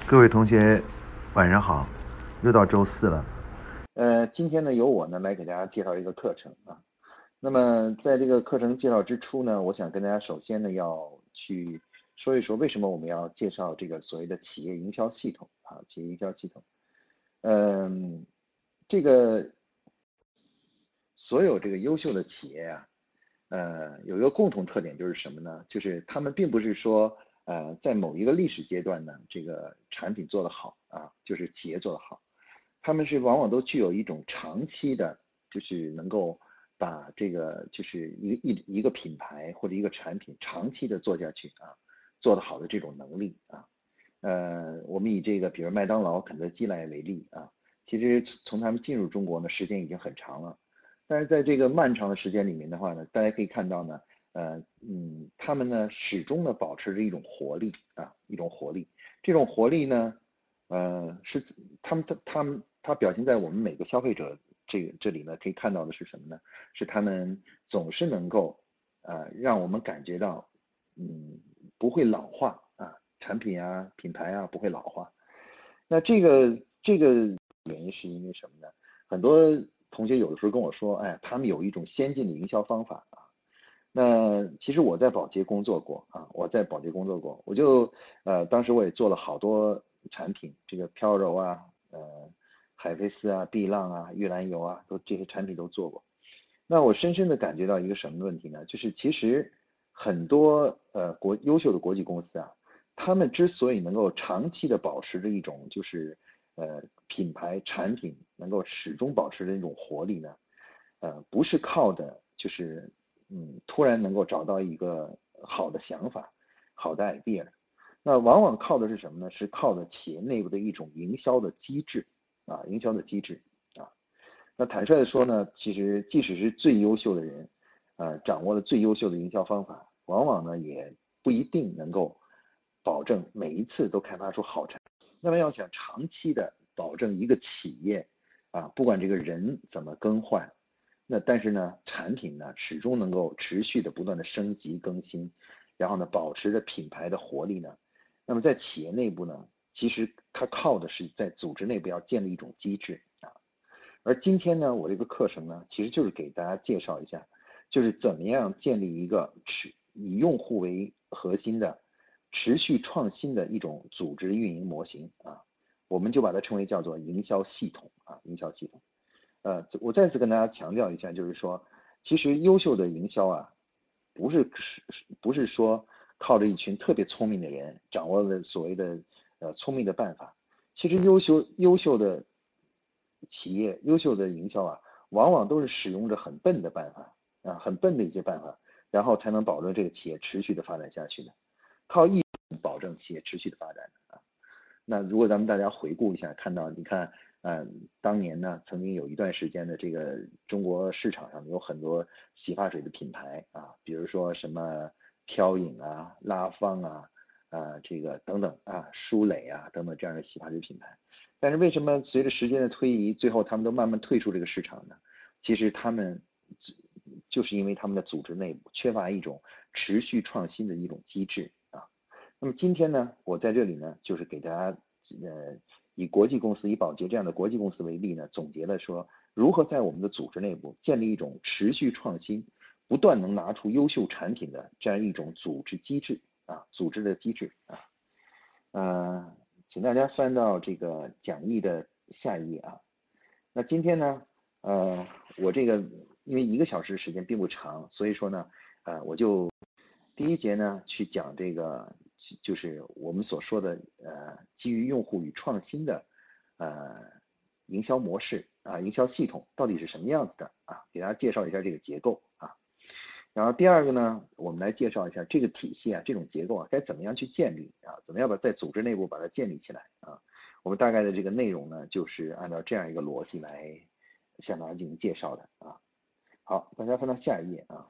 各位同学，晚上好，又到周四了。今天呢，由我呢来给大家介绍一个课程啊。那么在这个课程介绍之初呢，我想跟大家首先呢要去说一说为什么我们要介绍这个所谓的企业营销系统啊，企业营销系统。嗯，这个所有这个优秀的企业啊，有一个共同特点就是什么呢？就是他们并不是说，在某一个历史阶段呢，这个产品做得好啊，就是企业做得好，他们是往往都具有一种长期的，就是能够把这个就是一个品牌或者一个产品长期的做下去啊，做得好的这种能力啊。我们以这个比如麦当劳、肯德基来为例啊，其实从他们进入中国呢，时间已经很长了。但是在这个漫长的时间里面的话呢，大家可以看到呢，他们呢始终呢保持着一种活力啊，一种活力。这种活力呢，是他表现在我们每个消费者这里呢，可以看到的是什么呢？是他们总是能够让我们感觉到，嗯，不会老化啊，产品啊、品牌啊不会老化。那这个原因是因为什么呢？很多同学有的时候跟我说，哎，他们有一种先进的营销方法啊。那其实我在宝洁工作过啊，我在宝洁工作过，当时我也做了好多产品，这个飘柔啊，海飞丝啊、碧浪啊、玉兰油啊，这些产品都做过。那我深深的感觉到一个什么问题呢？就是其实很多优秀的国际公司啊，他们之所以能够长期的保持着一种就是品牌产品能够始终保持着一种活力呢，不是靠的就是突然能够找到一个好的想法、好的 idea，那往往靠的是什么呢？是靠的企业内部的一种营销的机制啊，营销的机制啊。那坦率的说呢，其实即使是最优秀的人，掌握了最优秀的营销方法，往往呢也不一定能够保证每一次都开发出好产品。那么要想长期的保证一个企业啊，不管这个人怎么更换，那但是呢，产品呢始终能够持续的不断的升级更新，然后呢保持着品牌的活力呢，那么在企业内部呢，其实它靠的是在组织内部要建立一种机制啊。而今天呢，我这个课程呢，其实就是给大家介绍一下，就是怎么样建立一个以用户为核心的持续创新的一种组织运营模型啊，我们就把它称为叫做营销系统啊，营销系统。我再次跟大家强调一下，就是说，其实优秀的营销啊，不是说靠着一群特别聪明的人掌握了所谓的聪明的办法，其实优秀的企业、优秀的营销啊，往往都是使用着很笨的办法啊，很笨的一些办法，然后才能保证这个企业持续的发展下去的，靠艺术保证企业持续的发展的啊。那如果咱们大家回顾一下，看到你看，当年呢，曾经有一段时间的这个中国市场上有很多洗发水的品牌啊，比如说什么飘影啊、拉芳啊、这个等等啊、舒蕾啊等等这样的洗发水品牌。但是为什么随着时间的推移，最后他们都慢慢退出这个市场呢？其实他们就是因为他们的组织内部缺乏一种持续创新的一种机制啊。那么今天呢，我在这里呢，就是给大家以国际公司以宝洁这样的国际公司为例呢，总结了说如何在我们的组织内部建立一种持续创新、不断能拿出优秀产品的这样一种组织机制啊，组织的机制啊。请大家翻到这个讲义的下一页啊。那今天呢，我这个因为1个小时时间并不长，所以说呢，我就第一节呢去讲这个，就是我们所说的基于用户与创新的呃营销模式啊，营销系统到底是什么样子的啊？给大家介绍一下这个结构啊。然后第二个呢，我们来介绍一下这个体系啊，这种结构啊，该怎么样去建立啊？怎么样在组织内部把它建立起来啊？我们大概的这个内容呢，就是按照这样一个逻辑来向大家进行介绍的啊。好，大家翻到下一页啊。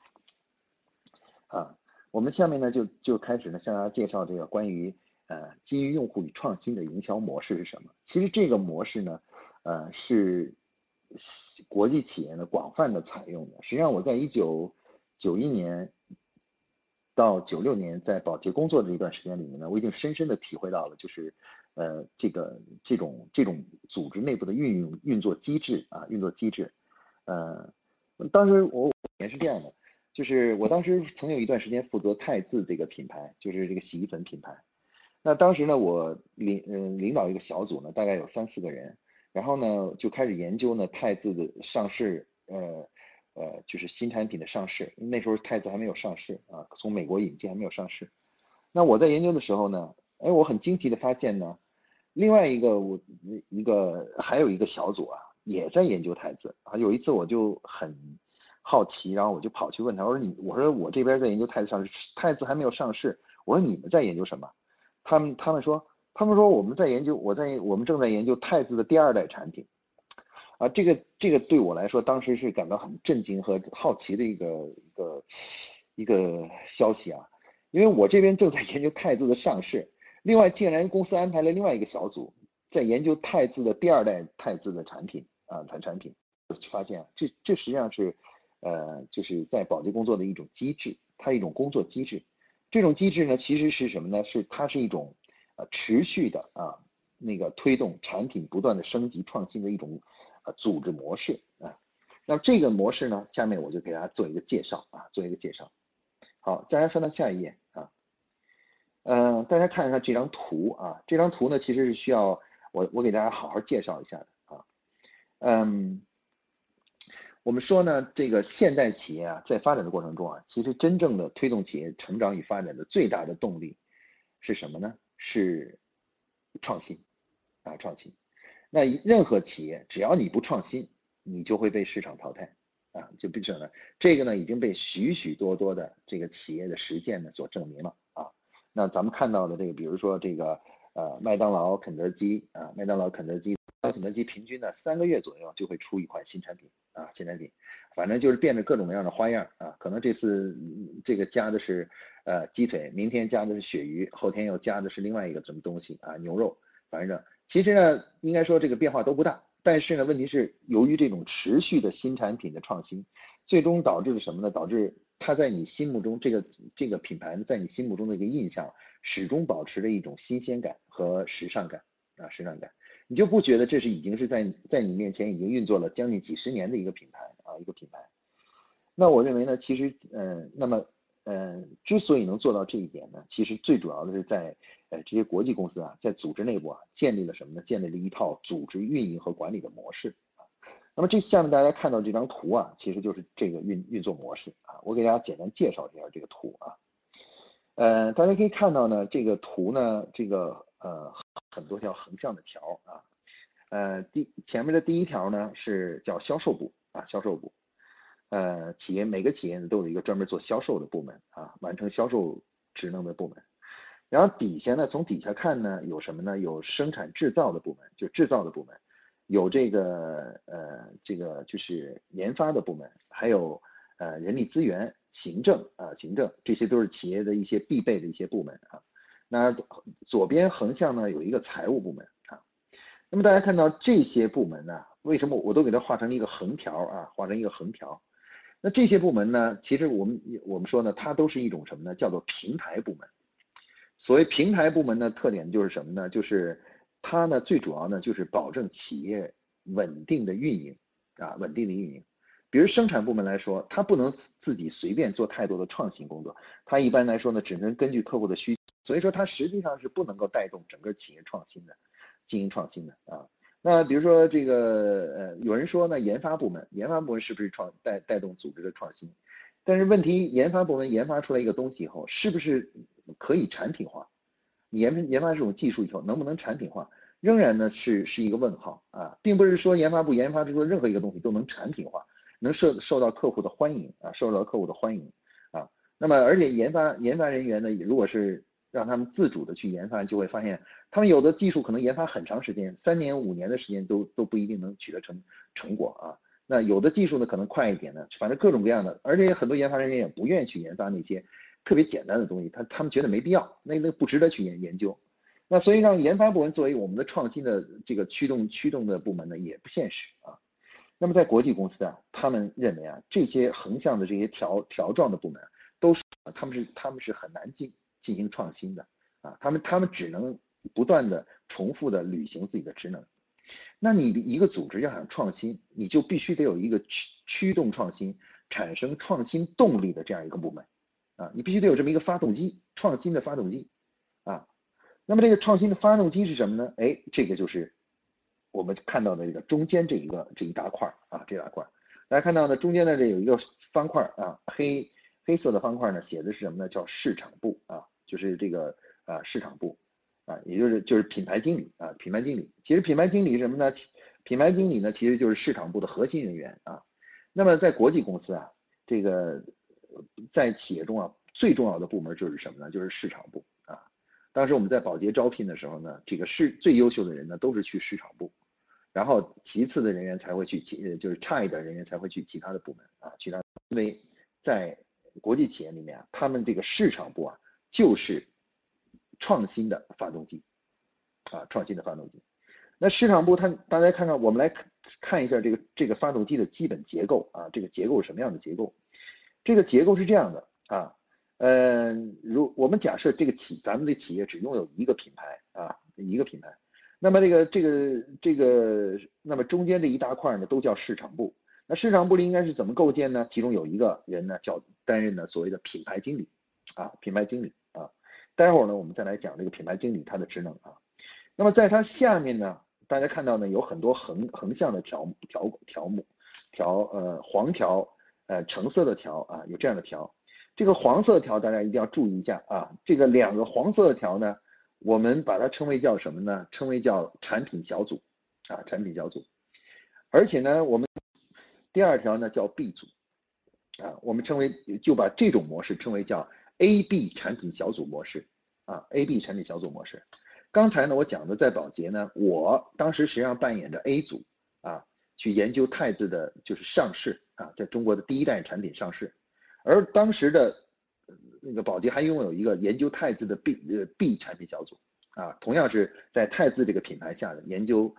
我们下面呢就开始呢向大家介绍这个关于基于用户与创新的营销模式是什么。其实这个模式呢，是国际企业呢广泛的采用的。实际上我在1991年到96年在宝洁工作的一段时间里面呢，我已经深深的体会到了，就是这种组织内部的运作机制啊，运作机制。当时我也是这样的，就是我当时曾有一段时间负责汰渍这个品牌，就是这个洗衣粉品牌。那当时呢，我领导一个小组呢，大概有3、4个人，然后呢就开始研究呢汰渍的上市，就是新产品的上市。那时候汰渍还没有上市啊，从美国引进还没有上市。那我在研究的时候呢，我很惊奇的发现呢，另外还有一个小组啊，也在研究汰渍啊。有一次我就很好奇，然后我就跑去问他，我说我这边在研究汰渍上市，汰渍还没有上市，我说你们在研究什么？他们说我们在研究，我们正在研究汰渍的第2代产品啊。这个对我来说，当时是感到很震惊和好奇的一个消息啊。因为我这边正在研究汰渍的上市，另外竟然公司安排了另外一个小组在研究汰渍的第2代汰渍的产品啊，产品。我就发现这实际上是就是在保洁工作的一种机制，它一种工作机制。这种机制呢，其实是什么呢？它是一种持续的推动产品不断的升级创新的一种组织模式啊。那这个模式呢，下面我就给大家做一个介绍啊，做一个介绍。好，再来翻到下一页啊。大家看一看这张图啊，这张图呢其实是需要我给大家好好介绍一下的啊。我们说呢，这个现代企业啊，在发展的过程中啊，其实真正的推动企业成长与发展的最大的动力是什么呢？是创新啊，创新。那任何企业只要你不创新，你就会被市场淘汰啊，就被市场的这个呢已经被许许多多的这个企业的实践呢所证明了啊。那咱们看到的这个，比如说这个麦当劳、肯德基啊，麦当劳、肯德基平均呢3个月左右就会出一款新产品啊，新产品，反正就是变着各种各样的花样啊。可能这次这个加的是鸡腿，明天加的是鳕鱼，后天又加的是另外一个什么东西啊，牛肉，反正其实呢，应该说这个变化都不大。但是呢，问题是由于这种持续的新产品的创新，最终导致了什么呢？导致它在你心目中这个品牌呢，在你心目中的一个印象始终保持着一种新鲜感和时尚感啊，时尚感。你就不觉得这已经是在你面前已经运作了将近几十年的一个品牌啊，一个品牌。那我认为呢，其实之所以能做到这一点呢，其实最主要的是在这些国际公司啊，在组织内部啊，建立了什么呢？建立了一套组织运营和管理的模式啊。那么这下面大家看到这张图啊，其实就是这个运作模式啊。我给大家简单介绍一下这个图啊。大家可以看到呢，这个图呢，很多条横向的条啊。前面的第一条呢是叫销售部啊，销售部。每个企业呢都有一个专门做销售的部门啊，完成销售职能的部门。然后底下呢，从底下看呢，有什么呢？有生产制造的部门，就制造的部门，有这个就是研发的部门，还有人力资源、行政啊，行政，这些都是企业的一些必备的一些部门啊。那左边横向呢有一个财务部门啊。那么大家看到这些部门呢，为什么我都给它画成一个横条啊？画成一个横条。那这些部门呢，其实我们说呢，它都是一种什么呢？叫做平台部门。所谓平台部门的特点就是什么呢？就是它呢最主要呢就是保证企业稳定的运营啊，稳定的运营。比如生产部门来说，它不能自己随便做太多的创新工作，它一般来说呢只能根据客户的需求，所以说它实际上是不能够带动整个企业创新的，经营创新的啊。那比如说这个有人说呢，研发部门是不是带动组织的创新？但是问题，研发部门研发出来一个东西以后，是不是可以产品化？你研发这种技术以后，能不能产品化，仍然呢是一个问号啊，并不是说研发部研发出的任何一个东西都能产品化，能受到客户的欢迎啊，受到客户的欢迎啊。那么而且研发人员呢，如果是让他们自主的去研发，就会发现他们有的技术可能研发很长时间，3年5年的时间都不一定能取得成果啊。那有的技术呢可能快一点呢，反正各种各样的，而且很多研发人员也不愿意去研发那些特别简单的东西，他们觉得没必要，那不值得去研究。那所以让研发部门作为我们的创新的这个驱动的部门呢，也不现实啊。那么在国际公司啊，他们认为啊，这些横向的这些条状的部门都是他们是很难进行创新的啊，他们只能不断的重复的履行自己的职能。那你一个组织要想创新，你就必须得有一个驱动创新、产生创新动力的这样一个部门啊，你必须得有这么一个发动机，创新的发动机啊。那么这个创新的发动机是什么呢？哎，这个就是我们看到的这个中间这一大块啊，这大块，大家看到呢，中间的这有一个方块啊，黑色的方块呢，写的是什么呢？叫市场部啊，就是这个市场部啊，也就是品牌经理啊，品牌经理。其实品牌经理是什么呢？品牌经理呢，其实就是市场部的核心人员啊。那么在国际公司啊，这个在企业中啊，最重要的部门就是什么呢？就是市场部啊。当时我们在保洁招聘的时候呢，这个最优秀的人呢，都是去市场部，然后其次的人员才会去就是差一点人员才会去其他的部门啊，因为在国际企业里面啊，他们这个市场部啊，就是创新的发动机啊，创新的发动机。那市场部大家看看，我们来看一下这个发动机的基本结构啊，这个结构是什么样的结构？这个结构是这样的啊，我们假设咱们的企业只拥有一个品牌啊，一个品牌，那么那么中间这一大块呢都叫市场部。那市场部里应该是怎么构建呢？其中有一个人呢担任所谓的品牌经理啊，品牌经理啊。待会儿呢我们再来讲这个品牌经理他的职能啊。那么在它下面呢，大家看到呢有很多横向的条目，黄条，橙色的条啊，有这样的条。这个黄色条大家一定要注意一下啊，这个2个黄色的条呢，我们把它称为叫什么呢？称为叫产品小组啊，产品小组。而且呢，我们第2条呢叫 B 组啊，我们就把这种模式称为叫 AB 产品小组模式啊 ，AB 产品小组模式。刚才呢，我讲的在宝洁呢，我当时实际上扮演着 A 组啊，去研究汰渍的就是上市啊，在中国的第1代产品上市，而当时的那个宝洁还拥有一个研究汰渍的 B 产品小组啊，同样是在汰渍这个品牌下的研究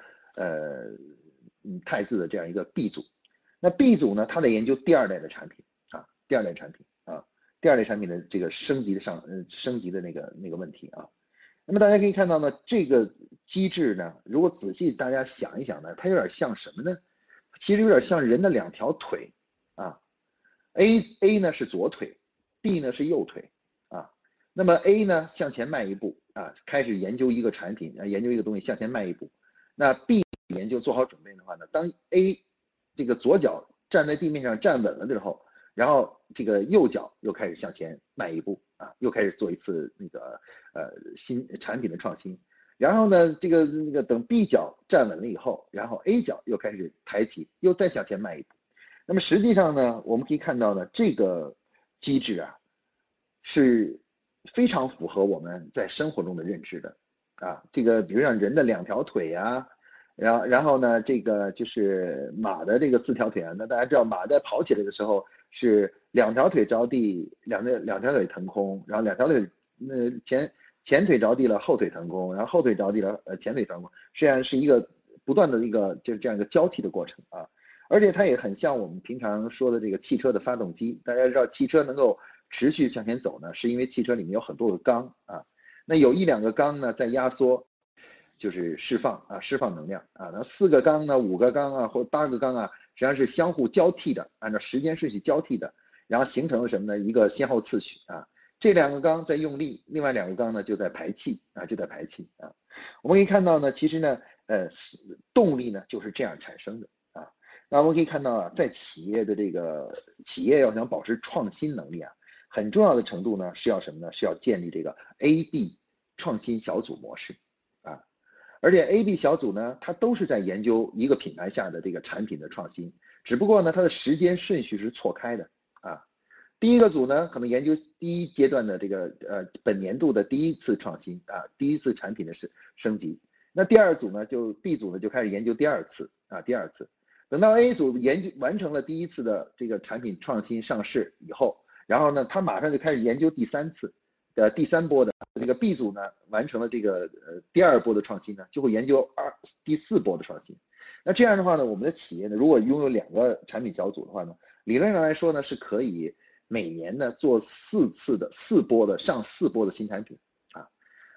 汰渍的这样一个 B 组。那 B 组呢，它在研究第2代的产品啊，第2代产品啊，第2代产品的这个升级的那个问题啊。那么大家可以看到呢，这个机制呢，如果仔细大家想一想呢，它有点像什么呢？其实有点像人的2条腿啊。A 呢是左腿 ，B 呢是右腿啊。那么 A 呢向前迈一步啊，开始研究一个产品啊，研究一个东西向前迈一步。那 B 研究做好准备的话呢，当 A 这个左脚站在地面上站稳了之后，然后这个右脚又开始向前迈一步啊，又开始做一次那个新产品的创新。然后呢，等 B 脚站稳了以后，然后 A 脚又开始抬起，又再向前迈一步。那么实际上呢，我们可以看到呢，这个机制啊是非常符合我们在生活中的认知的啊。这个比如像人的2条腿啊，然后呢，这个就是马的这个4条腿啊。那大家知道马在跑起来的时候是2条腿着地，两条腿腾空，然后2条腿前腿着地了，后腿腾空，然后后腿着地了，前腿腾空，实际上是一个不断的就是这样一个交替的过程啊。而且它也很像我们平常说的这个汽车的发动机。大家知道汽车能够持续向前走呢，是因为汽车里面有很多个缸啊，那有1、2个缸呢在压缩，就是释放能量啊。那4个缸呢、5个缸啊或8个缸啊，实际上是相互交替的，按照时间顺序交替的，然后形成了什么呢？一个先后次序啊。这2个缸在用力，另外2个缸呢就在排气啊，我们可以看到呢，其实呢，动力呢就是这样产生的啊。那我们可以看到啊，在企业要想保持创新能力啊，很重要的程度呢是要什么呢？是要建立这个 AB 创新小组模式啊。而且 AB 小组呢，它都是在研究一个品牌下的这个产品的创新，只不过呢，它的时间顺序是错开的啊。第1个组呢，可能研究第1阶段的这个本年度的第1次创新啊，第1次产品的升级。那第2组呢，B 组呢就开始研究第2次啊，第2次。等到 A 组完成了第1次的这个产品创新上市以后，然后呢，他马上就开始研究第3次第3波的。这个 B 组呢完成了这个第2波的创新呢，就会研究第4波的创新。那这样的话呢，我们的企业呢，如果拥有2个产品小组的话呢，理论上来说呢，是可以每年呢做4波的上4波的新产品啊。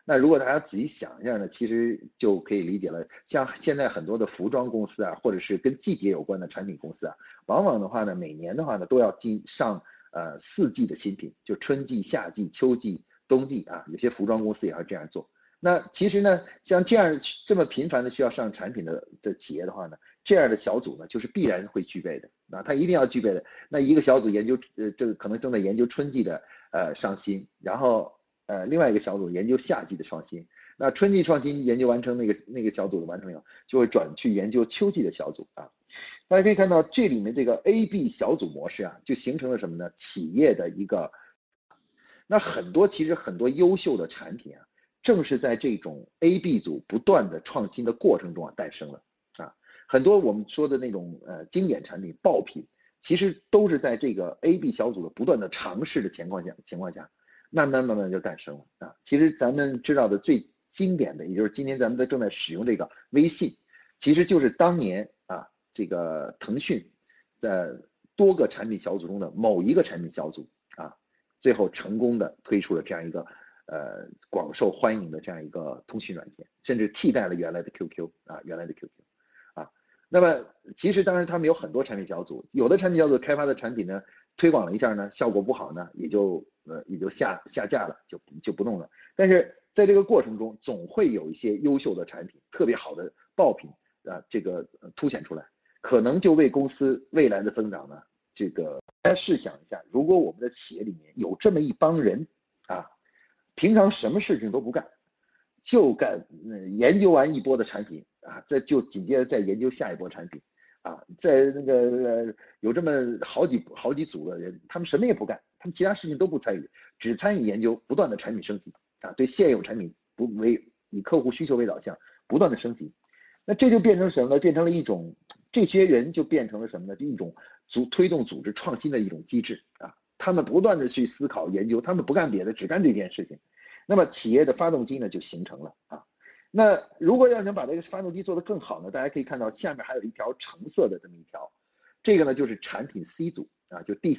那如果大家仔细想一下呢，其实就可以理解了。像现在很多的服装公司啊，或者是跟季节有关的产品公司啊，往往的话呢，每年的话呢，都要上4季的新品，就春季、夏季、秋季、冬季啊。有些服装公司也要这样做。那其实呢，像这么频繁的需要上产品的企业的话呢，这样的小组呢，就是必然会具备的啊，他一定要具备的。那一个小组研究这个可能正在研究春季的上新，然后另外一个小组研究夏季的创新。那春季创新研究完成，那个小组的完成以后，就会转去研究秋季的小组啊。大家可以看到，这里面这个 A、B 小组模式啊，就形成了什么呢？企业的一个，那其实很多优秀的产品啊，正是在这种 A、B 组不断的创新的过程中啊诞生了啊。很多我们说的那种经典产品爆品，其实都是在这个 A、B 小组的不断的尝试的情况下，慢慢就诞生了啊。其实咱们知道的最经典的，也就是今天咱们正在使用这个微信，其实就是当年啊这个腾讯的多个产品小组中的某一个产品小组啊，最后成功的推出了这样一个广受欢迎的这样一个通讯软件，甚至替代了原来的 QQ 啊，啊。那么其实当然他们有很多产品小组，有的产品小组开发的产品呢，推广了一下呢，效果不好呢，也就下架了，就不弄了。但是在这个过程中，总会有一些优秀的产品，特别好的爆品啊，这个凸显出来，可能就为公司未来的增长呢，大家试想一下，如果我们的企业里面有这么一帮人啊，平常什么事情都不干，就干研究完一波的产品啊，就紧接着再研究下一波产品啊，在那个有这么好几组的人，他们什么也不干，他们其他事情都不参与，只参与研究不断的产品升级啊，对现有产品以客户需求为导向，不断的升级。那这就变成什么呢？变成了一种，这些人就变成了什么呢？一种推动组织创新的一种机制啊。他们不断的去思考研究，他们不干别的，只干这件事情。那么企业的发动机呢就形成了啊。那如果要想把这个发动机做得更好呢，大家可以看到下面还有一条橙色的这么一条，这个呢就是产品 C 组啊，就第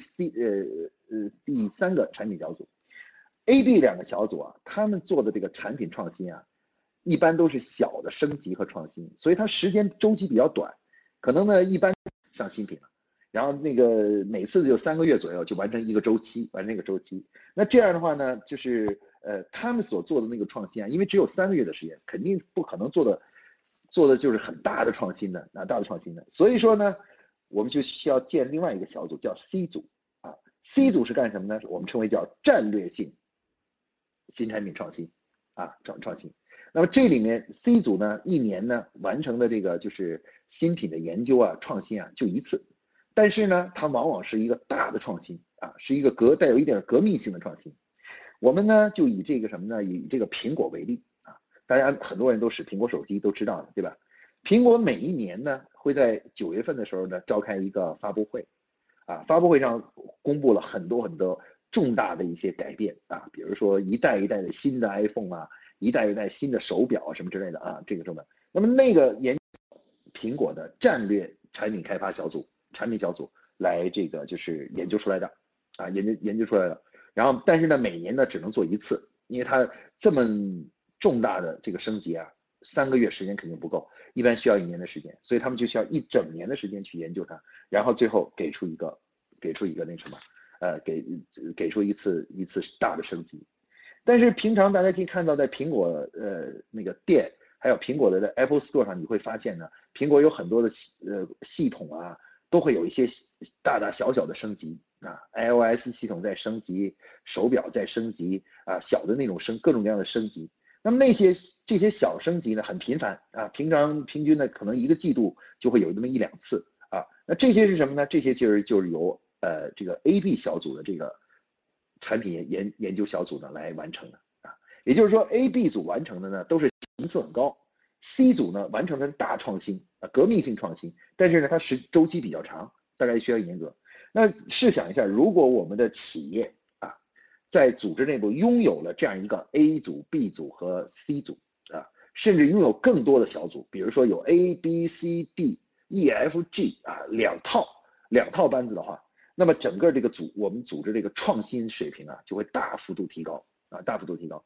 3个产品小组。A、B 两个小组啊，他们做的这个产品创新啊，一般都是小的升级和创新，所以它时间周期比较短，可能呢一般上新品了，然后那个每次就3个月左右就完成一个周期，那这样的话呢，就是他们所做的那个创新啊，因为只有3个月的时间，肯定不可能做的就是很大的创新的，所以说呢，我们就需要建另外一个小组，叫 C 组啊。C 组是干什么呢？我们称为叫战略性新产品创新啊，创新。那么这里面 C 组呢，一年呢完成的这个就是新品的研究啊、创新啊，就一次。但是呢，它往往是一个大的创新啊，是一个带有一点革命性的创新。我们呢就以这个什么呢？以这个苹果为例啊，大家很多人都使苹果手机，都知道的，对吧？苹果每一年呢会在9月份的时候呢召开一个发布会，啊，发布会上公布了很多重大的一些改变啊，比如说一代一代的新的 iPhone 啊，一代一代新的手表啊什么之类的啊，这个重要。那么那个苹果的战略产品开发产品小组来这个就是研究出来的啊，研究出来的。然后但是呢，每年呢只能做一次，因为它这么重大的这个升级啊，3个月时间肯定不够，一般需要1年的时间，所以他们就需要1整年的时间去研究它，然后最后给出一个那什么，给出一次大的升级。但是平常大家可以看到，在苹果那个店，还有苹果的 Apple Store 上，你会发现呢，苹果有很多的系统啊，都会有一些大大小小的升级啊 ，iOS 系统在升级，手表在升级啊，小的那种各种各样的升级。那么这些小升级呢，很频繁啊，平均呢可能1个季度就会有那么1、2次啊。那这些是什么呢？这些就是由这个 A、B 小组的这个产品研究小组呢来完成的啊。也就是说 ，A、B 组完成的呢都是层次很高，C 组呢完成的是大创新啊，革命性创新，但是呢它周期比较长，大概需要1年多。那试想一下，如果我们的企业啊在组织内部拥有了这样一个 A 组、B 组和 C 组啊，甚至拥有更多的小组，比如说有 A、B、C、D、E、F、G 啊两套班子的话，那么整个这个我们组织这个创新水平啊就会大幅度提高啊，大幅度提高。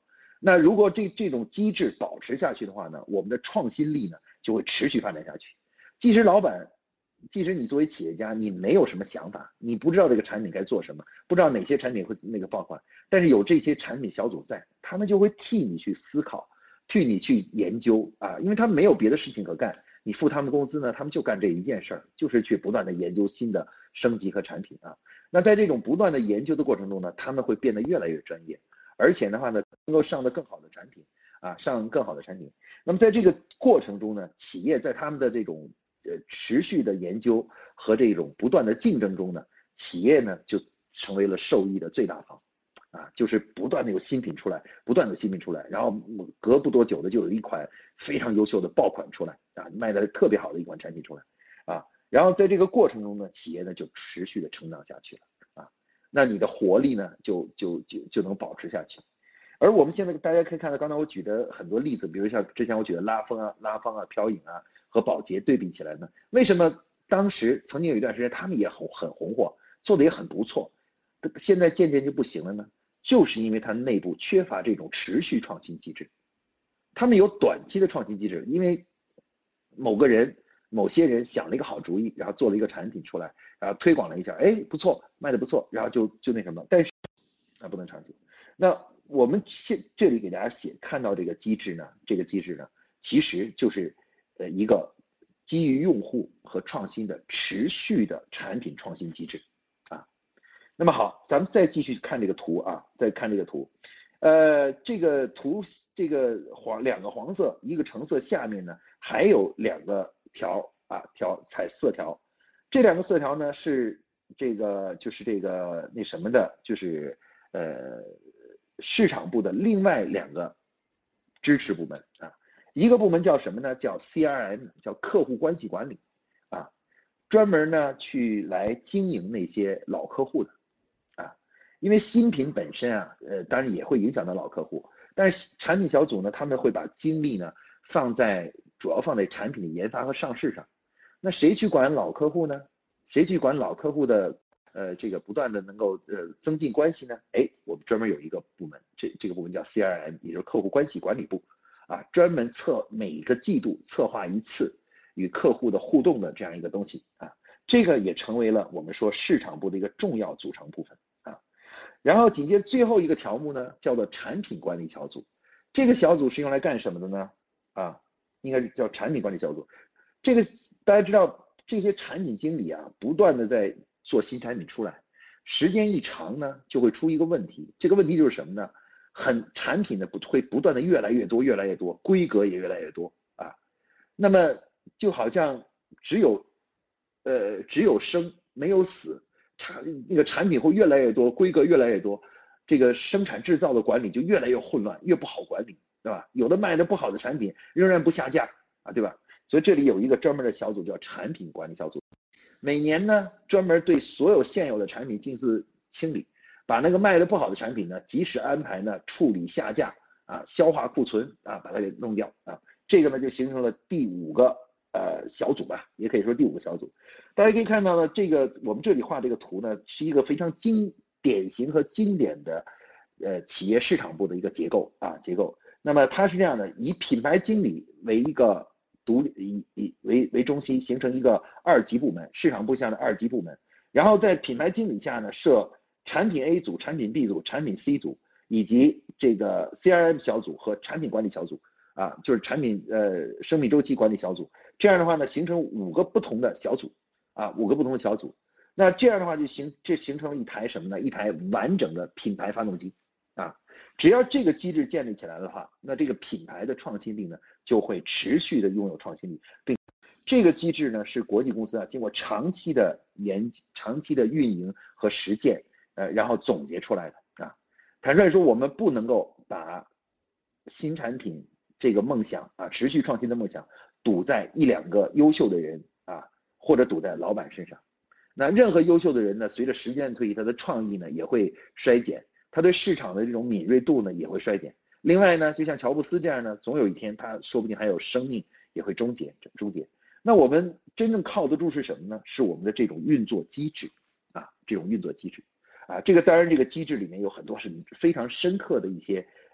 那如果这种机制保持下去的话呢，我们的创新力呢就会持续发展下去。即使老板，即使你作为企业家，你没有什么想法，你不知道这个产品该做什么，不知道哪些产品会那个爆款，但是有这些产品小组在，他们就会替你去思考，替你去研究啊，因为他们没有别的事情可干，你付他们工资呢，他们就干这一件事儿，就是去不断的研究新的升级和产品啊。那在这种不断的研究的过程中呢，他们会变得越来越专业，而且的话呢，能够上的更好的产品啊，上更好的产品。那么在这个过程中呢，企业在他们的这种持续的研究和这种不断的竞争中呢，企业呢就成为了受益的最大方，啊，就是不断的有新品出来，不断的新品出来，然后隔不多久的就有一款非常优秀的爆款出来，啊，卖的特别好的一款产品出来，啊，然后在这个过程中呢，企业呢就持续的成长下去了，啊，那你的活力呢就能保持下去。而我们现在大家可以看到，刚才我举的很多例子，比如像之前我举的拉风啊、拉芳啊、飘影啊和宝洁对比起来呢，为什么当时曾经有一段时间他们也很红火，做的也很不错，现在渐渐就不行了呢？就是因为它内部缺乏这种持续创新机制，他们有短期的创新机制，因为某些人想了一个好主意，然后做了一个产品出来，然后推广了一下，哎，不错，卖的不错，然后就那什么，但是不能长久。那我们这里给大家看到这个机制呢，其实就是一个基于用户和创新的持续的产品创新机制啊。那么好，咱们再继续看这个图啊，再看这个图，这个图两个黄色，一个橙色，下面呢还有两个彩色条，这两个色条呢是就是那什么的，就是市场部的另外两个支持部门啊，一个部门叫什么呢？叫 CRM， 叫客户关系管理啊，专门呢来经营那些老客户的啊，因为新品本身啊，当然也会影响到老客户，但是产品小组呢，他们会把精力呢主要放在产品的研发和上市上。那谁去管老客户呢？谁去管老客户的这个不断的能够增进关系呢？哎，我们专门有一个部门，这个部门叫 CRM， 也就是客户关系管理部啊，专门每个季度策划一次与客户的互动的这样一个东西啊，这个也成为了我们说市场部的一个重要组成部分啊。然后紧接着最后一个条目呢，叫做产品管理小组，这个小组是用来干什么的呢？啊，应该是叫产品管理小组。这个大家知道，这些产品经理啊，不断的在做新产品出来，时间一长呢，就会出一个问题。这个问题就是什么呢？产品呢会不断的越来越多，越来越多，规格也越来越多啊。那么就好像只有生没有死，那个产品会越来越多，规格越来越多，这个生产制造的管理就越来越混乱，越不好管理，对吧？有的卖的不好的产品仍然不下架啊，对吧？所以这里有一个专门的小组叫产品管理小组，每年呢专门对所有现有的产品进行清理，把那个卖的不好的产品呢及时安排呢处理下架啊，消化库存啊，把它给弄掉啊。这个呢就形成了第五个小组吧，也可以说第五个小组。大家可以看到呢，我们这里画这个图呢是一个非常典型和经典的企业市场部的一个结构啊结构。那么它是这样的，以品牌经理为一个为中心，形成一个二级部门，市场部下的二级部门。然后在品牌经理下呢，设产品 A 组、产品 B 组、产品 C 组，以及这个 CRM 小组和产品管理小组啊，就是产品生命周期管理小组。这样的话呢，形成5个不同的小组啊，5个不同的小组。那这样的话就形成了一台什么呢？一台完整的品牌发动机啊。只要这个机制建立起来的话，那这个品牌的创新力呢就会持续的拥有创新力，并这个机制呢是国际公司啊经过长期的运营和实践，然后总结出来的啊。坦率说，我们不能够把新产品这个梦想啊，持续创新的梦想，赌在1、2个优秀的人啊，或者赌在老板身上。那任何优秀的人呢，随着时间的推移，他的创意呢也会衰减。他对市场的这种敏锐度呢也会衰减。另外呢，就像乔布斯这样呢，总有一天他说不定还有生命也会终结。那我们真正靠得住是什么呢？是我们的这种运作机制啊，这种运作机制啊。这个当然，这个机制里面有很多是非常深刻的一些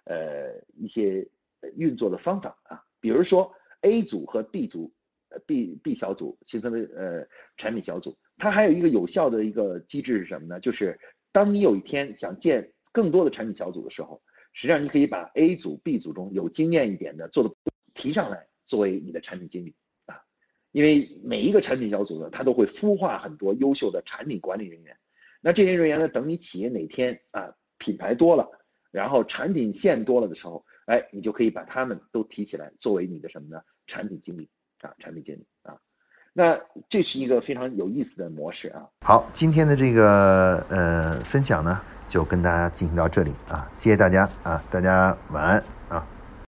一些运作的方法啊，比如说 A 组和 B 组，B 小组形成的产品小组，它还有一个有效的一个机制是什么呢？就是当你有一天想建更多的产品小组的时候，实际上你可以把 A 组、B 组中有经验一点的做的提上来，作为你的产品经理啊。因为每一个产品小组呢，它都会孵化很多优秀的产品管理人员。那这些人员呢，等你企业哪天啊品牌多了，然后产品线多了的时候，哎，你就可以把他们都提起来，作为你的什么呢？产品经理啊，产品经理啊。那这是一个非常有意思的模式啊。 好，今天的这个分享呢，就跟大家进行到这里啊，谢谢大家啊，大家晚安。